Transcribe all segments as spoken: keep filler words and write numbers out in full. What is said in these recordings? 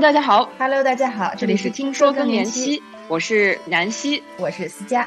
大家好 Hello， 大家好， 这里是听说更年期，我是南希， 我是思佳。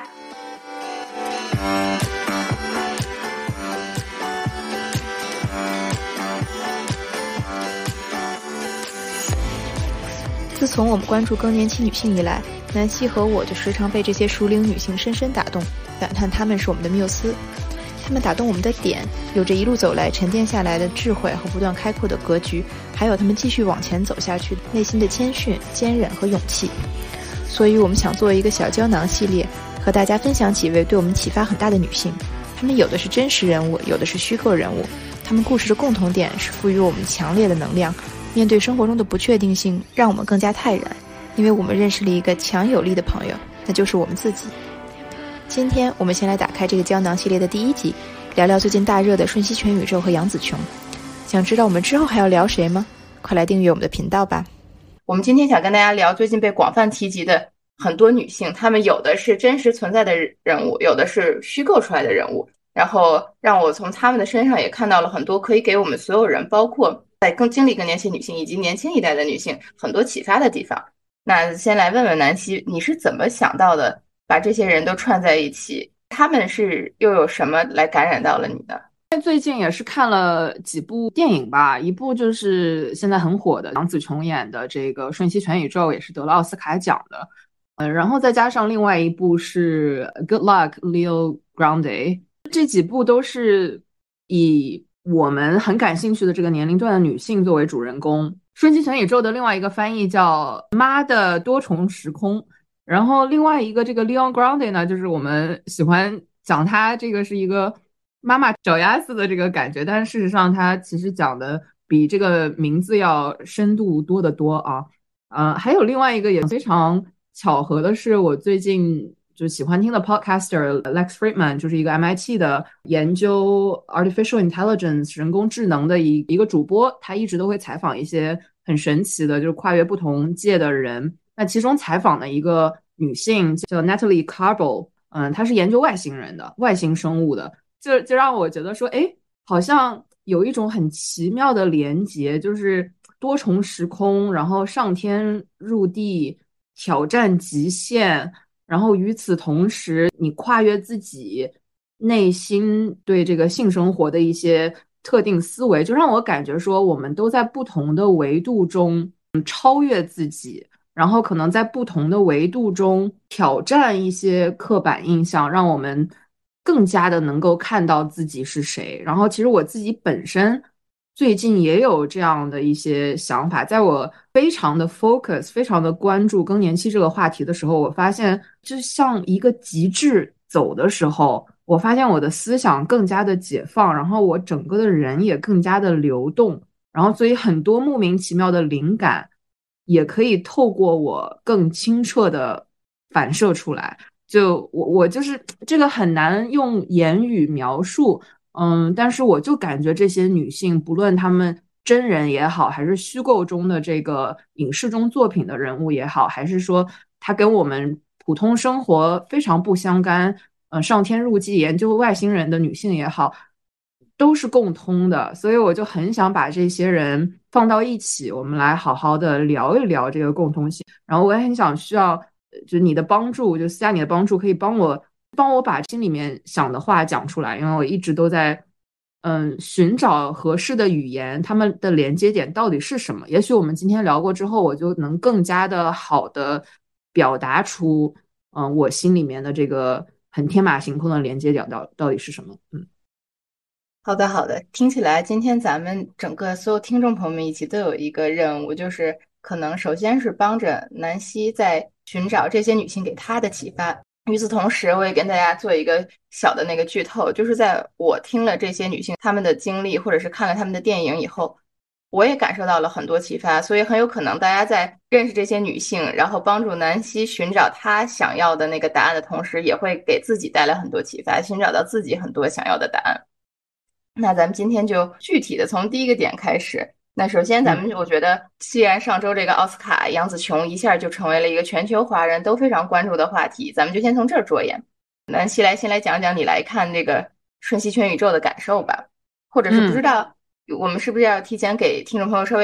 自从我们关注更年期女性以来，南希和我就时常被这些熟龄女性深深打动，感叹她们是我们的缪斯。她们打动我们的点，有着一路走来沉淀下来的智慧和不断开阔的格局，还有她们继续往前走下去内心的谦逊、坚韧和勇气。所以我们想做一个小胶囊系列，和大家分享几位对我们启发很大的女性。她们有的是真实人物，有的是虚构人物，她们故事的共同点是赋予我们强烈的能量，面对生活中的不确定性，让我们更加泰然，因为我们认识了一个强有力的朋友，那就是我们自己。今天我们先来打开这个胶囊系列的第一集，聊聊最近大热的瞬息全宇宙和杨紫琼。想知道我们之后还要聊谁吗？快来订阅我们的频道吧。 我们今天想跟大家聊最近被广泛提及的很多女性，她们有的是真实存在的人物，有的是虚构出来的人物，然后让我从她们的身上也看到了很多可以给我们所有人，包括在更经历更年期女性以及年轻一代的女性很多启发的地方。那先来问问南希，你是怎么想到的把这些人都串在一起，他们是又有什么来感染到了你呢？ 最近也是看了几部电影吧，一部就是现在很火的杨紫琼演的这个《瞬息全宇宙》，也是得了奥斯卡奖的。呃，然后再加上另外一部是《Good Luck Leo Grande》，这几部都是以我们很感兴趣的这个年龄段的女性作为主人公。《瞬息全宇宙》的另外一个翻译叫《妈的多重时空》，然后另外一个这个 Leon Grande 呢，就是我们喜欢讲他这个是一个妈妈脚丫子的这个感觉，但是事实上他其实讲的比这个名字要深度多得多啊。呃，还有另外一个也非常巧合的是，我最近就喜欢听的 podcaster Lex Fridman， 就是一个 M I T 的研究 artificial intelligence 人工智能的一一个主播，他一直都会采访一些很神奇的，就是跨越不同界的人。那其中采访的一个女性叫 Natalie Carbel， 嗯，她是研究外星人的，外星生物的。就就让我觉得说，哎，好像有一种很奇妙的连结，就是多重时空，然后上天入地，挑战极限，然后与此同时，你跨越自己内心对这个性生活的一些特定思维，就让我感觉说，我们都在不同的维度中超越自己，然后可能在不同的维度中挑战一些刻板印象，让我们更加的能够看到自己是谁。然后其实我自己本身最近也有这样的一些想法，在我非常的 focus 非常的关注更年期这个话题的时候，我发现就像一个极致走的时候，我发现我的思想更加的解放，然后我整个的人也更加的流动，然后所以很多莫名其妙的灵感也可以透过我更清澈的反射出来。就我我就是这个很难用言语描述，嗯，但是我就感觉这些女性，不论她们真人也好，还是虚构中的这个影视中作品的人物也好，还是说她跟我们普通生活非常不相干，呃，上天入地研究外星人的女性也好，都是共通的。所以我就很想把这些人放到一起，我们来好好的聊一聊这个共通性。然后我也很想需要就你的帮助，就私下你的帮助，可以帮我帮我把心里面想的话讲出来，因为我一直都在嗯寻找合适的语言，他们的连接点到底是什么。也许我们今天聊过之后，我就能更加的好的表达出嗯我心里面的这个很天马行空的连接点到到底是什么。嗯， 好的好的，听起来今天咱们整个所有听众朋友们一起都有一个任务，就是可能首先是帮着南希在寻找这些女性给她的启发。与此同时，我也跟大家做一个小的那个剧透，就是在我听了这些女性她们的经历，或者是看了她们的电影以后，我也感受到了很多启发。所以很有可能大家在认识这些女性，然后帮助南希寻找她想要的那个答案的同时，也会给自己带来很多启发，寻找到自己很多想要的答案。那咱们今天就具体的从第一个点开始。那首先咱们我觉得既然上周这个奥斯卡杨紫琼一下就成为了一个全球华人都非常关注的话题，咱们就先从这儿着眼。南希来先来讲讲你来看这个瞬息全宇宙的感受吧，或者是不知道、嗯、我们是不是要提前给听众朋友稍微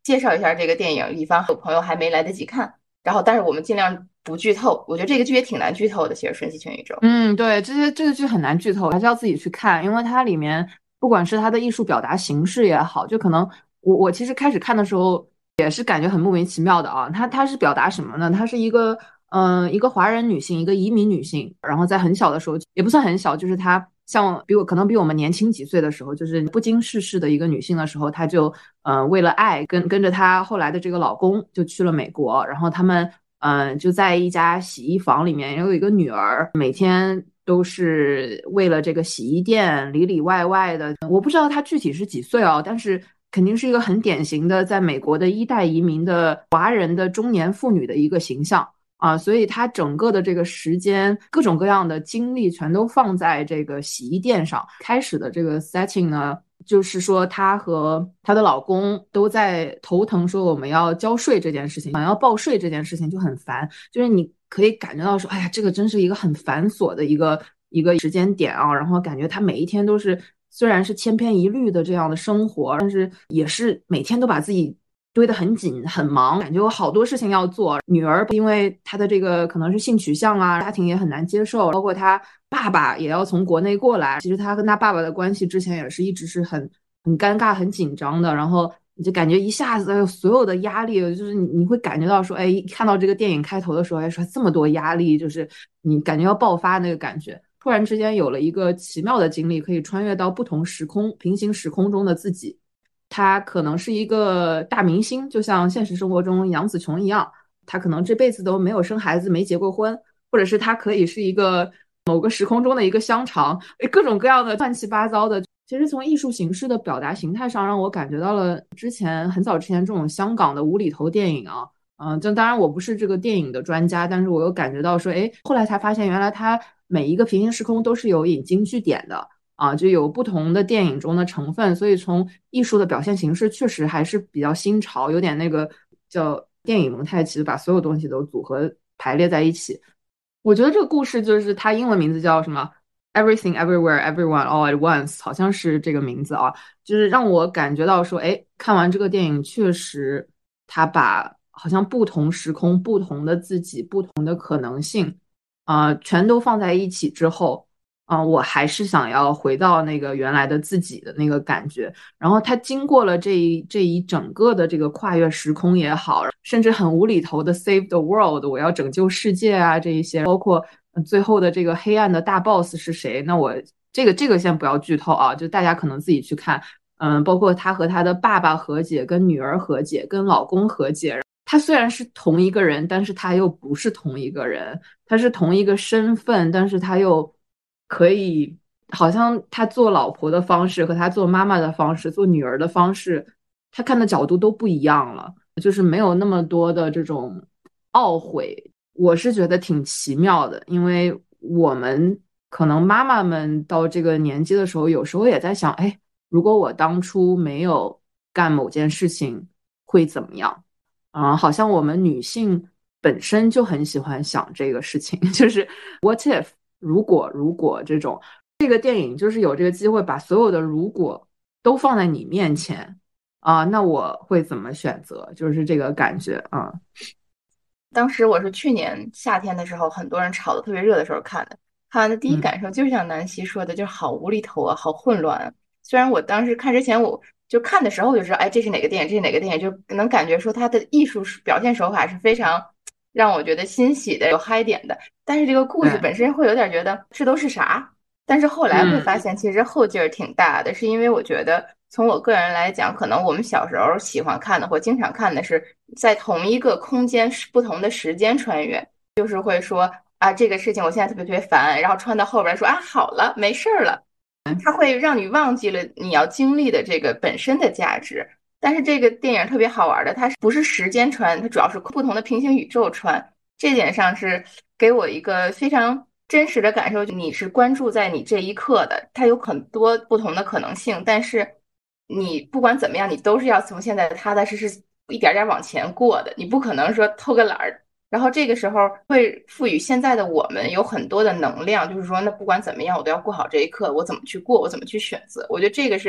介绍一下这个电影，以防有朋友还没来得及看。然后，但是我们尽量不剧透。我觉得这个剧也挺难剧透的，其实《瞬息全宇宙》。 嗯，对，这些这个剧很难剧透，还是要自己去看，因为它里面不管是它的艺术表达形式也好，就可能我我其实开始看的时候也是感觉很莫名其妙的啊。它它是表达什么呢？它是一个嗯、呃、一个华人女性，一个移民女性，然后在很小的时候也不算很小，就是她像比我可能比我们年轻几岁的时候，就是不经世事的一个女性的时候，她就嗯、呃、为了爱跟跟着她后来的这个老公就去了美国，然后他们。嗯，就在一家洗衣房里面，有一个女儿，每天都是为了这个洗衣店里里外外的。我不知道她具体是几岁哦，但是肯定是一个很典型的在美国的一代移民的华人的中年妇女的一个形象啊，所以她整个的这个时间，各种各样的精力全都放在这个洗衣店上。开始的这个 setting 呢，就是说她和她的老公都在头疼说我们要交税这件事情，想要报税这件事情就很烦，就是你可以感觉到说，哎呀，这个真是一个很繁琐的一个一个时间点啊，然后感觉她每一天都是虽然是千篇一律的这样的生活，但是也是每天都把自己堆得很紧很忙，感觉有好多事情要做。女儿因为她的这个可能是性取向啊，家庭也很难接受，包括她爸爸也要从国内过来，其实她跟她爸爸的关系之前也是一直是很很尴尬很紧张的，然后你就感觉一下子所有的压力，就是你你会感觉到说，哎，一看到这个电影开头的时候，哎，说这么多压力，就是你感觉要爆发那个感觉。突然之间有了一个奇妙的经历，可以穿越到不同时空、平行时空中的自己。他可能是一个大明星，就像现实生活中杨紫琼一样，他可能这辈子都没有生孩子，没结过婚，或者是他可以是一个某个时空中的一个香肠，各种各样的乱七八糟的。其实从艺术形式的表达形态上，让我感觉到了之前很早之前这种香港的无厘头电影啊。嗯，就当然我不是这个电影的专家，但是我有感觉到说，哎，后来才发现原来它每一个平行时空都是有引经据典的啊，就有不同的电影中的成分，所以从艺术的表现形式确实还是比较新潮，有点那个叫电影蒙太奇，把所有东西都组合排列在一起。我觉得这个故事就是它英文名字叫什么 Everything Everywhere Everyone All at Once， 好像是这个名字啊，就是让我感觉到说，哎，看完这个电影确实它把好像不同时空、不同的自己、不同的可能性，啊、呃，全都放在一起之后，啊、呃，我还是想要回到那个原来的自己的那个感觉。然后他经过了这一这一整个的这个跨越时空也好，甚至很无厘头的 Save the World， 我要拯救世界啊，这一些，包括最后的这个黑暗的大 boss 是谁？那我这个这个先不要剧透啊，就大家可能自己去看。嗯，包括他和他的爸爸和解，跟女儿和解，跟老公和解。他虽然是同一个人，但是他又不是同一个人，他是同一个身份，但是他又可以，好像他做老婆的方式和他做妈妈的方式，做女儿的方式，他看的角度都不一样了，就是没有那么多的这种懊悔。我是觉得挺奇妙的，因为我们可能妈妈们到这个年纪的时候，有时候也在想，哎，如果我当初没有干某件事情，会怎么样？啊、呃，好像我们女性本身就很喜欢想这个事情，就是 what if 如果如果这种。这个电影就是有这个机会把所有的如果都放在你面前啊、呃，那我会怎么选择？就是这个感觉啊。呃当时我是去年夏天的时候，很多人炒得特别热的时候看的，看完的第一感受就是像南希说的，就是好无厘头啊，好混乱啊。虽然我当时看之前，我就看的时候我就知道，哎，这是哪个电影，这是哪个电影，就能感觉说它的艺术表现手法是非常让我觉得欣喜的，有嗨点的。但是这个故事本身会有点觉得这都是啥？但是后来会发现，其实后劲儿挺大的，是因为我觉得从我个人来讲，可能我们小时候喜欢看的或经常看的是在同一个空间不同的时间穿越，就是会说啊这个事情我现在特别特别烦，然后穿到后边说啊好了没事儿了，它会让你忘记了你要经历的这个本身的价值。但是这个电影特别好玩的，它不是时间穿，它主要是不同的平行宇宙穿，这点上是给我一个非常真实的感受，你是关注在你这一刻的，它有很多不同的可能性，但是你不管怎么样，你都是要从现在踏踏实实一点点往前过的，你不可能说偷个懒儿。然后这个时候会赋予现在的我们有很多的能量，就是说，那不管怎么样，我都要过好这一刻，我怎么去过，我怎么去选择。我觉得这个是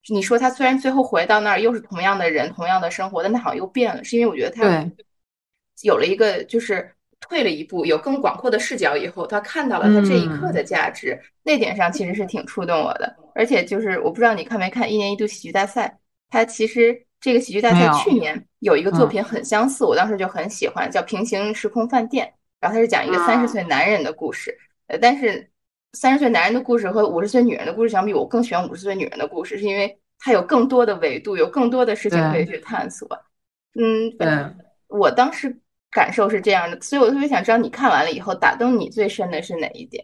你说他虽然最后回到那儿又是同样的人同样的生活，但他好像又变了，是因为我觉得他有了一个就是退了一步，有更广阔的视角以后，他看到了他这一刻的价值，嗯、那点上其实是挺触动我的。而且就是我不知道你看没看一年一度喜剧大赛，它其实这个喜剧大赛去年有一个作品很相似，嗯、我当时就很喜欢，叫《平行时空饭店》，然后它是讲一个三十岁男人的故事，呃，但是三十岁男人的故事和五十岁女人的故事相比，我更喜欢五十岁女人的故事，是因为它有更多的维度，有更多的事情可以去探索。嗯，对，我当时感受是这样的，所以我特别想知道你看完了以后打动你最深的是哪一点？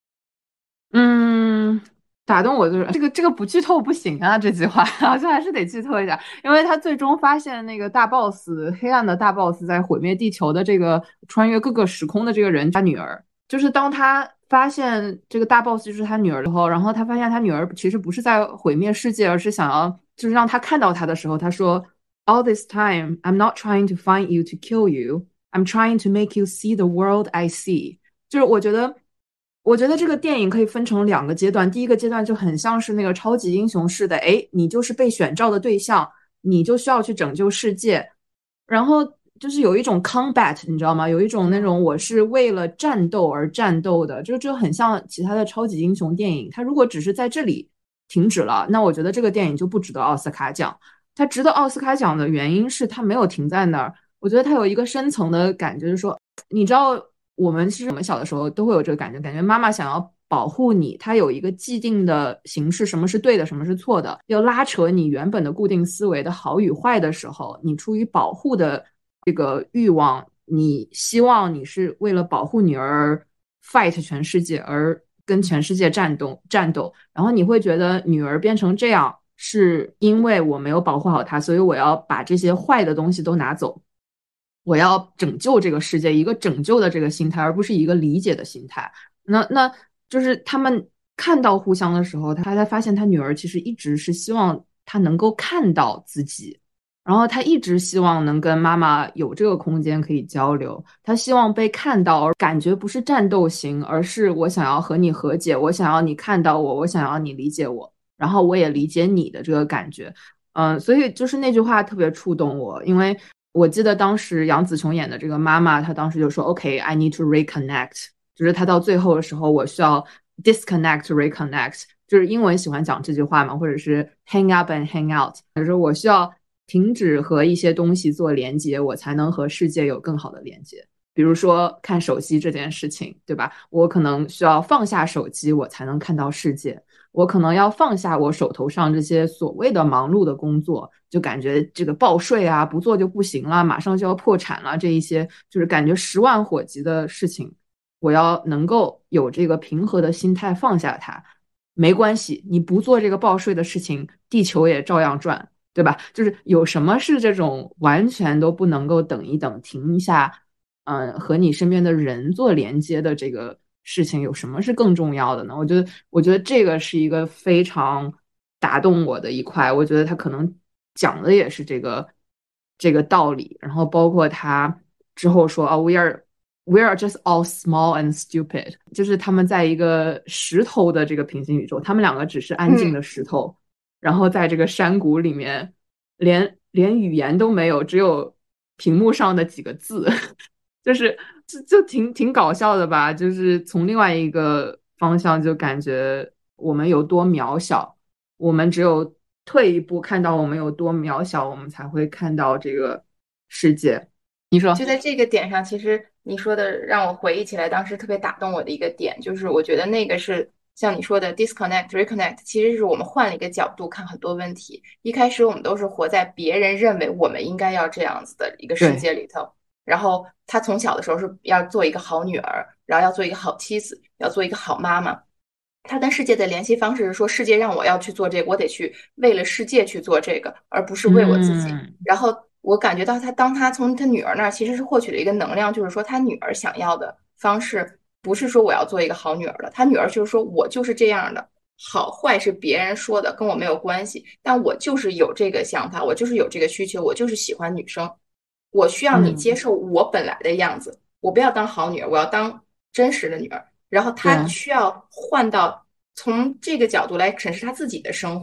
嗯，打动我就是这个这个不剧透不行啊，这句话好像还是得剧透一下，因为他最终发现那个大 boss 黑暗的大 boss 在毁灭地球的这个穿越各个时空的这个人，他女儿，就是当他发现这个大 boss 就是他女儿之后，然后他发现他女儿其实不是在毁灭世界，而是想要就是让他看到他的时候，他说 All this time I'm not trying to find you to kill you, I'm trying to make you see the world I see。 就是我觉得我觉得这个电影可以分成两个阶段，第一个阶段就很像是那个超级英雄式的，诶，你就是被选召的对象，你就需要去拯救世界，然后就是有一种 combat， 你知道吗？有一种那种我是为了战斗而战斗的，就就很像其他的超级英雄电影。它如果只是在这里停止了，那我觉得这个电影就不值得奥斯卡奖。它值得奥斯卡奖的原因是它没有停在那儿，我觉得它有一个深层的感觉，就是说，你知道我们其实我们小的时候都会有这个感觉，感觉妈妈想要保护你，她有一个既定的形式，什么是对的，什么是错的，要拉扯你原本的固定思维的好与坏的时候，你出于保护的这个欲望，你希望你是为了保护女儿 fight 全世界，而跟全世界战斗战斗，然后你会觉得女儿变成这样是因为我没有保护好她，所以我要把这些坏的东西都拿走，我要拯救这个世界，一个拯救的这个心态，而不是一个理解的心态。那那就是他们看到互相的时候，他才发现他女儿其实一直是希望他能够看到自己，然后他一直希望能跟妈妈有这个空间可以交流，他希望被看到，而感觉不是战斗型，而是我想要和你和解，我想要你看到我，我想要你理解我，然后我也理解你的这个感觉。嗯，所以就是那句话特别触动我，因为我记得当时杨紫琼演的这个妈妈，她当时就说 OK, I need to reconnect， 就是她到最后的时候我需要 disconnect to reconnect， 就是英文喜欢讲这句话嘛，或者是 hang up and hang out， 就是我需要停止和一些东西做连接，我才能和世界有更好的连接。比如说看手机这件事情，对吧？我可能需要放下手机，我才能看到世界。我可能要放下我手头上这些所谓的忙碌的工作，就感觉这个报税啊，不做就不行了，马上就要破产了，这一些就是感觉十万火急的事情，我要能够有这个平和的心态放下它。没关系，你不做这个报税的事情，地球也照样转，对吧？就是有什么是这种完全都不能够等一等，停一下，嗯、呃，和你身边的人做连接的这个事情，有什么是更重要的呢？我觉得，我觉得这个是一个非常打动我的一块。我觉得他可能讲的也是这个这个道理。然后包括他之后说啊、哦、，We are we are just all small and stupid， 就是他们在一个石头的这个平行宇宙，他们两个只是安静的石头，嗯、然后在这个山谷里面，连连语言都没有，只有屏幕上的几个字。就是就就挺挺搞笑的吧，就是从另外一个方向就感觉我们有多渺小，我们只有退一步看到我们有多渺小，我们才会看到这个世界。你说就在这个点上，其实你说的让我回忆起来当时特别打动我的一个点，就是我觉得那个是像你说的 disconnect reconnect， 其实是我们换了一个角度看很多问题。一开始我们都是活在别人认为我们应该要这样子的一个世界里头，然后他从小的时候是要做一个好女儿，然后要做一个好妻子，要做一个好妈妈。他跟世界的联系方式是说，世界让我要去做这个，我得去为了世界去做这个，而不是为我自己。嗯、然后我感觉到他，当他从他女儿那儿其实是获取了一个能量，就是说他女儿想要的方式不是说我要做一个好女儿了，他女儿就是说我就是这样的，好坏是别人说的，跟我没有关系，但我就是有这个想法，我就是有这个需求，我就是喜欢女生。我需要你接受我本来的样子，嗯、我不要当好女儿，我要当真实的女儿。然后他需要换到从这个角度来审视他自己的生活，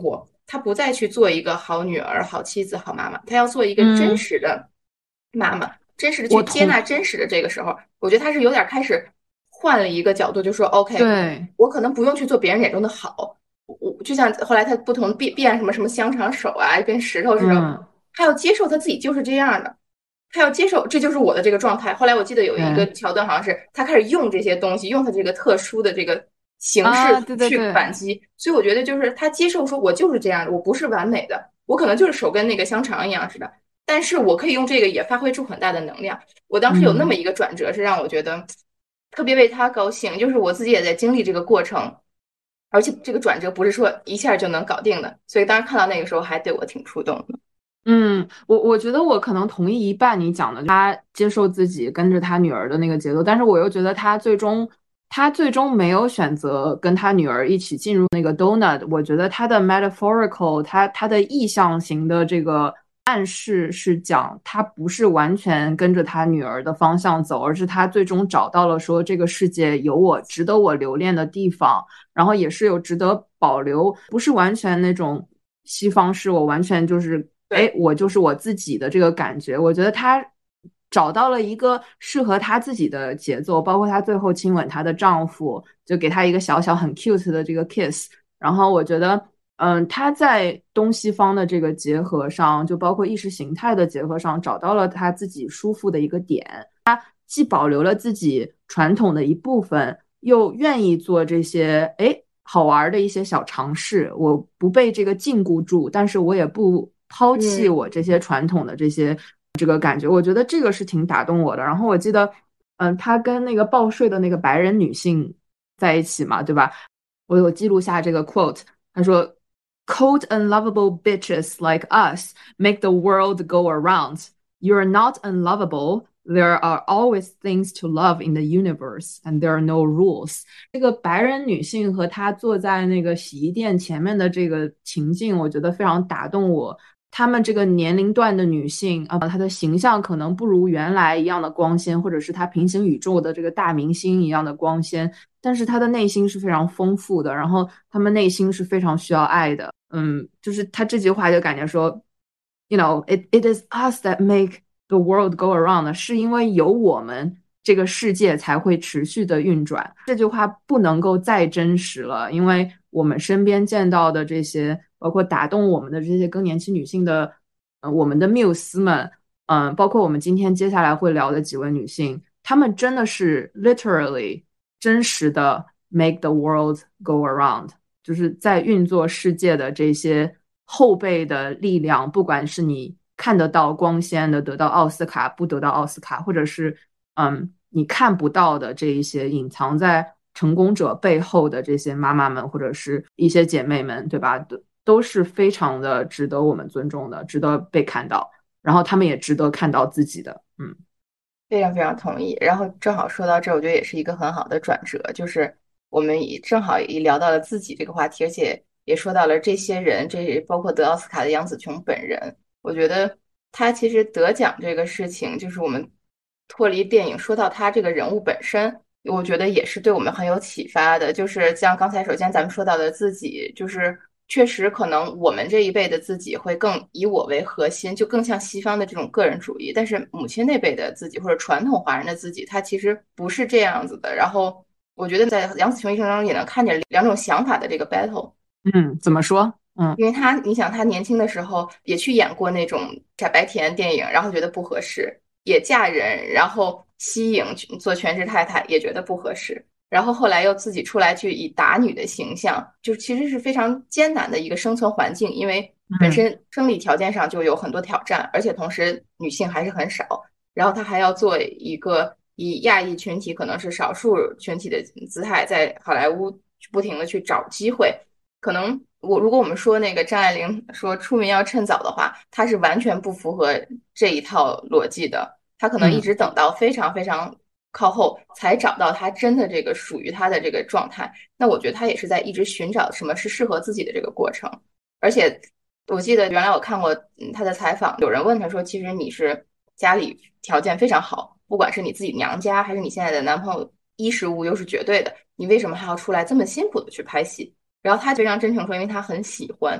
她不再去做一个好女儿、好妻子、好妈妈，她要做一个真嗯， 实的妈妈，真实的去接我同纳真实的这个时候，我觉得她是有点开始换了一个角度，就说 OK， 对， 我可能不用去做别人眼中的好，我就像后来她不同变变什么什么香肠手啊，跟石头似的， 嗯， 她要接受她自己就是这样的。他要接受这就是我的这个状态。后来我记得有一个对桥段，好像是他开始用这些东西，用他这个特殊的这个形式啊，对对去对， 反击。所以我觉得就是他接受说，我就是这样的，我不是完美的，我可能就是手跟那个香肠一样似的，但是我可以用这个也发挥出很大的能量。我当时有那么嗯。 一个转折，是让我觉得特别为他高兴，就是我自己也在经历这个过程。而且这个转折不是说一下就能搞定的，所以当时看到那个时候还对我挺触动的。 嗯，我我觉得我可能同意一半你讲的，他接受自己跟着他女儿的那个节奏，但是我又觉得他最终他最终没有选择跟他女儿一起进入那个 donut。我觉得他的 metaphorical，他他的意象型的这个暗示是讲他不是完全跟着他女儿的方向走，而是他最终找到了说这个世界有我值得我留恋的地方，然后也是有值得保留，不是完全那种西方式，我完全就是。哎， 对， 我就是我自己的这个感觉，我觉得他找到了一个适合他自己的节奏，包括她最后亲吻她的丈夫，就给她一个小小很 cute 的这个 kiss。然后我觉得，嗯，他在东西方的这个结合上，就包括意识形态的结合上，找到了他自己舒服的一个点。既保留了自己传统的一部分，又愿意做这些哎好玩的一些小尝试。我不被这个禁锢住，但是我也不抛弃嗯我这些传统的这些这个感觉。我觉得这个是挺打动我的。然后我记得，嗯，他跟那个报税的那个白人女性在一起嘛，对吧？我有记录下这个 quote，他说："Cold unlovable bitches like us make the world go around. You're not unlovable. There are always things to love in the universe, and there are no rules." 这个白人女性和她坐在那个洗衣店前面的这个情境，我觉得非常打动我。她们这个年龄段的女性啊，她的形象可能不如原来一样的光鲜，或者是她平行宇宙的这个大明星一样的光鲜，但是她的内心是非常丰富的，然后她们内心是非常需要爱的。嗯，就是她这句话就感觉说，you know, it it is us that make the world go around， 是因为有我们，这个世界才会持续的运转。这句话不能够再真实了，因为我们身边见到的这些，包括打动我们的这些更年期女性的，呃，我们的缪斯们，嗯、呃，包括我们今天接下来会聊的几位女性，她们真的是 literally 真实的 make the world go around，就是在运作世界的这些后辈的力量，不管是你看得到光鲜的得到奥斯卡，不得到奥斯卡，或者是嗯你看不到的这一些隐藏在成功者背后的这些妈妈们，或者是一些姐妹们，对吧？都都是非常的值得我们尊重的，值得被看到，然后他们也值得看到自己的，嗯。 非常非常同意。然后正好说到这儿，我觉得也是一个很好的转折，就是我们也正好也聊到了自己这个话题，而且也说到了这些人，这包括得奥斯卡的杨紫琼本人。我觉得他其实得奖这个事情，就是我们脱离电影说到他这个人物本身，我觉得也是对我们很有启发的。就是像刚才首先咱们说到的自己，就是确实可能我们这一辈的自己会更以我为核心，就更像西方的这种个人主义。但是母亲那辈的自己或者传统华人的自己，他其实不是这样子的。然后我觉得在杨紫琼一生当中也能看见两种想法的这个 battle。 嗯，怎么说？嗯因为他，你想他年轻的时候也去演过那种傻白甜电影，然后觉得不合适，也嫁人，然后息影做全职太太，也觉得不合适。然后后来又自己出来去以打女的形象，就其实是非常艰难的一个生存环境，因为本嗯身生理条件上就有很多挑战，而且同时女性还是很少。然后她还要做一个以亚裔群体可能是少数群体的姿态，在好莱坞不停的去找机会。可能我如果我们说那个张爱玲说出名要趁早的话，她是完全不符合这一套逻辑的。她可能一嗯直等到非常非常靠后才找到她真的这个属于她的这个状态。那我觉得她也是在一直寻找什么是适合自己的这个过程。而且我记得原来我看过她的采访，有人问她说，其实你是家里条件非常好，不管是你自己娘家还是你现在的男朋友，衣食无忧是绝对的，你为什么还要出来这么辛苦的去拍戏？然后他非常真诚说，因为他很喜欢。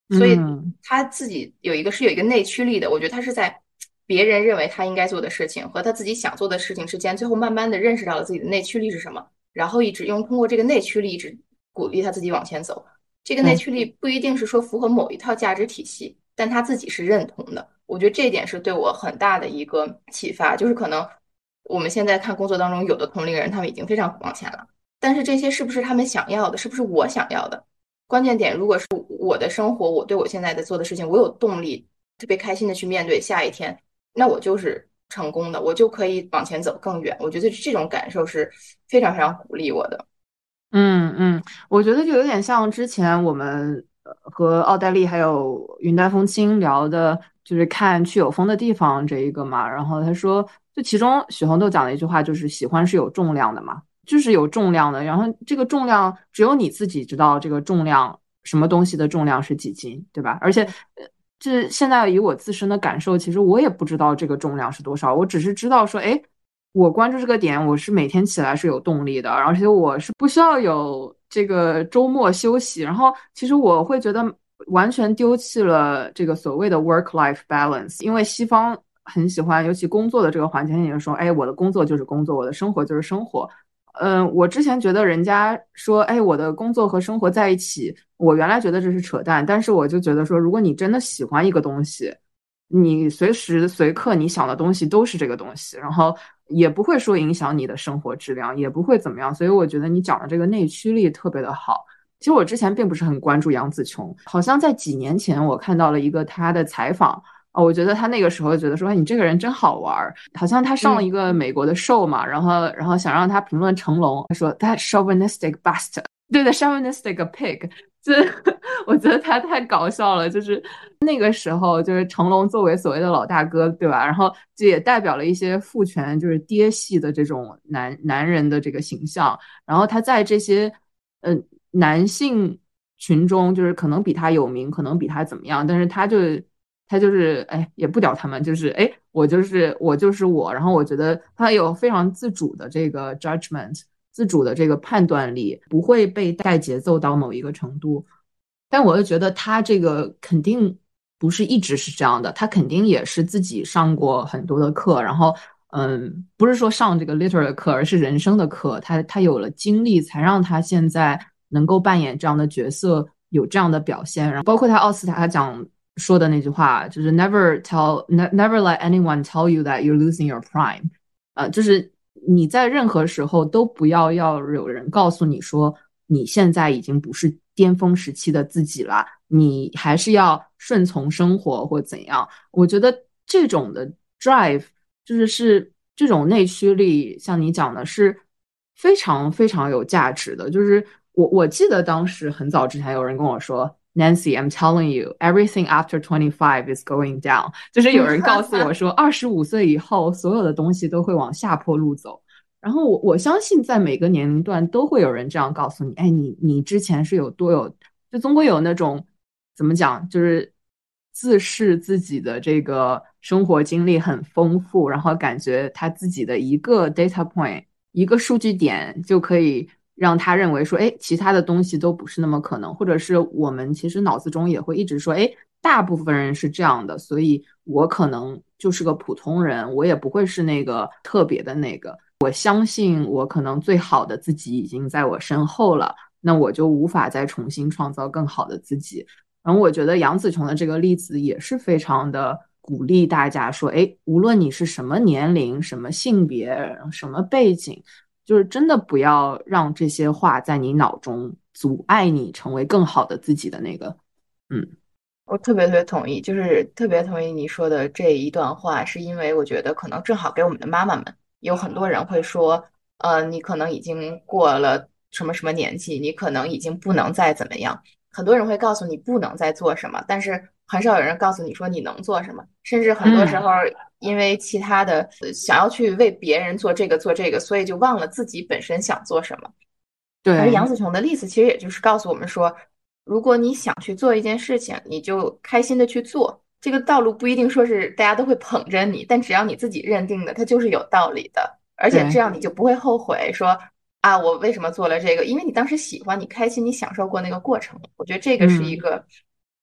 所以嗯他自己有一个是有一个内驱力的。我觉得他是在别人认为他应该做的事情和他自己想做的事情之间，最后慢慢的认识到了自己的内驱力是什么，然后一直用通过这个内驱力一直鼓励他自己往前走。这个内对。 驱力不一定是说符合某一套价值体系，但他自己是认同的。我觉得这一点是对我很大的一个启发，就是可能我们现在看工作当中有的同龄人，他们已经非常往前了，但是这些是不是他们想要的，是不是我想要的？关键点，如果是我的生活，我对我现在在做的事情，我有动力，特别开心的去面对下一天，那我就是成功的，我就可以往前走更远。我觉得这种感受是非常非常鼓励我的。 嗯嗯，我觉得就有点像之前我们呃和奥黛丽还有云淡风轻聊的，就是看去有风的地方这一个嘛。然后他说，就其中许红豆讲的一句话就是喜欢是有重量的嘛，就是有重量的。然后这个重量只有你自己知道，这个重量什么东西的重量是几斤，对吧？而且，呃这现在以我自身的感受，其实我也不知道这个重量是多少，我只是知道说，哎。我关注这个点，我是每天起来是有动力的，而且我是不需要有这个周末休息。然后，其实我会觉得完全丢弃了这个所谓的 work-life balance，因为西方很喜欢，尤其工作的这个环境里面说，哎，我的工作就是工作，我的生活就是生活。嗯，我之前觉得人家说，哎，我的工作和生活在一起，我原来觉得这是扯淡，但是我就觉得说，如果你真的喜欢一个东西，你随时随刻你想的东西都是这个东西，然后也不会说影响你的生活质量，也不会怎么样。所以我觉得你讲的这个内驱力特别的好。其实我之前并不是很关注杨紫琼，好像在几年前我看到了一个她的采访。哦，我觉得他那个时候觉得说，哎，你这个人真好玩儿。好像他上了一个美国的 show 嘛，然后然后想让他评论成龙，他说 that chauvinistic bastard，对的 chauvinistic pig，这我觉得他太搞笑了。就是那个时候，就是成龙作为所谓的老大哥，对吧？然后这也代表了一些父权，就是爹系的这种男男人的这个形象。然后他在这些呃男性群中，就是可能比他有名，可能比他怎么样，但是他就他就是哎也不屌他们，就是哎我就是我就是我。然后我觉得他有非常自主的这个 judgment。自主的这个判断力不会被带节奏到某一个程度，但我又觉得他这个肯定不是一直是这样的，他肯定也是自己上过很多的课，然后嗯，不是说上这个 liter 的课，而是人生的课，他他有了经历，才让他现在能够扮演这样的角色，有这样的表现。然后包括他奥斯卡讲说的那句话，就是 never tell never let anyone tell you that you're losing your prime，呃，就是你在任何时候都不要要有人告诉你说你现在已经不是巅峰时期的自己了，你还是要顺从生活或怎样。我觉得这种的 drive 就是是这种内驱力，像你讲的是非常非常有价值的。就是我我记得当时很早之前有人跟我说，Nancy, I'm telling you, everything after twenty-five is going down。就是有人告诉我说，二十五岁以后，所有的东西都会往下坡路走。然后我我相信，在每个年龄段都会有人这样告诉你，哎，你你之前是有多有，就总归有那种怎么讲，就是自视自己的这个生活经历很丰富，然后感觉他自己的一个 data point，一个数据点就可以让他认为说，哎，其他的东西都不是那么可能，或者是我们其实脑子中也会一直说，哎，大部分人是这样的，所以我可能就是个普通人，我也不会是那个特别的那个。我相信我可能最好的自己已经在我身后了，那我就无法再重新创造更好的自己。然后我觉得杨紫琼的这个例子也是非常的鼓励大家说，哎，无论你是什么年龄、什么性别、什么背景，就是真的不要让这些话在你脑中阻碍你成为更好的自己的那个，嗯。 我特别特别同意，就是特别同意你说的这一段话，是因为我觉得可能正好给我们的妈妈们，有很多人会说，呃，你可能已经过了什么什么年纪，你可能已经不能再怎么样。很多人会告诉你不能再做什么，但是很少有人告诉你说你能做什么。甚至很多时候，因为其他的想要去为别人做这个做这个，所以就忘了自己本身想做什么。 对。 而杨紫琼的例子其实也就是告诉我们说，如果你想去做一件事情，你就开心的去做。这个道路不一定说是大家都会捧着你，但只要你自己认定的，它就是有道理的。而且这样你就不会后悔说啊，我为什么做了这个？因为你当时喜欢，你开心，你享受过那个过程。我觉得这个是一个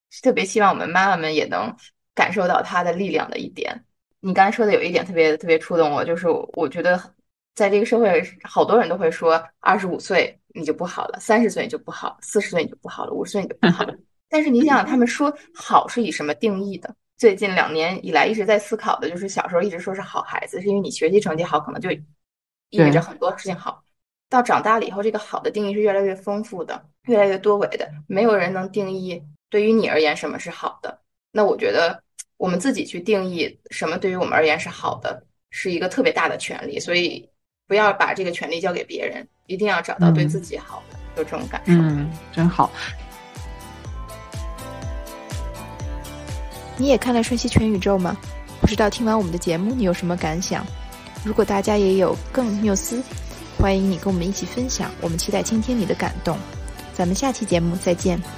特别希望我们妈妈们也能感受到它的力量的一点。你刚才说的有一点特别特别触动我，就是我觉得在这个社会，好多人都会说二十五岁你就不好了，三十岁你就不好，四十岁你就不好了，五十岁你就不好了。但是你想想，他们说好是以什么定义的？最近两年以来一直在思考的就是小时候一直说是好孩子，是因为你学习成绩好，可能就意味着很多事情好。到长大了以后，这个好的定义是越来越丰富的，越来越多维的，没有人能定义对于你而言什么是好的。那我觉得我们自己去定义什么对于我们而言是好的，是一个特别大的权利，所以不要把这个权利交给别人，一定要找到对自己好的，有、嗯、这种感受。 嗯，真好。 你也看了《瞬息全宇宙》吗？不知道听完我们的节目你有什么感想？如果大家也有更缪斯，欢迎你跟我们一起分享，我们期待倾听你的感动。咱们下期节目再见。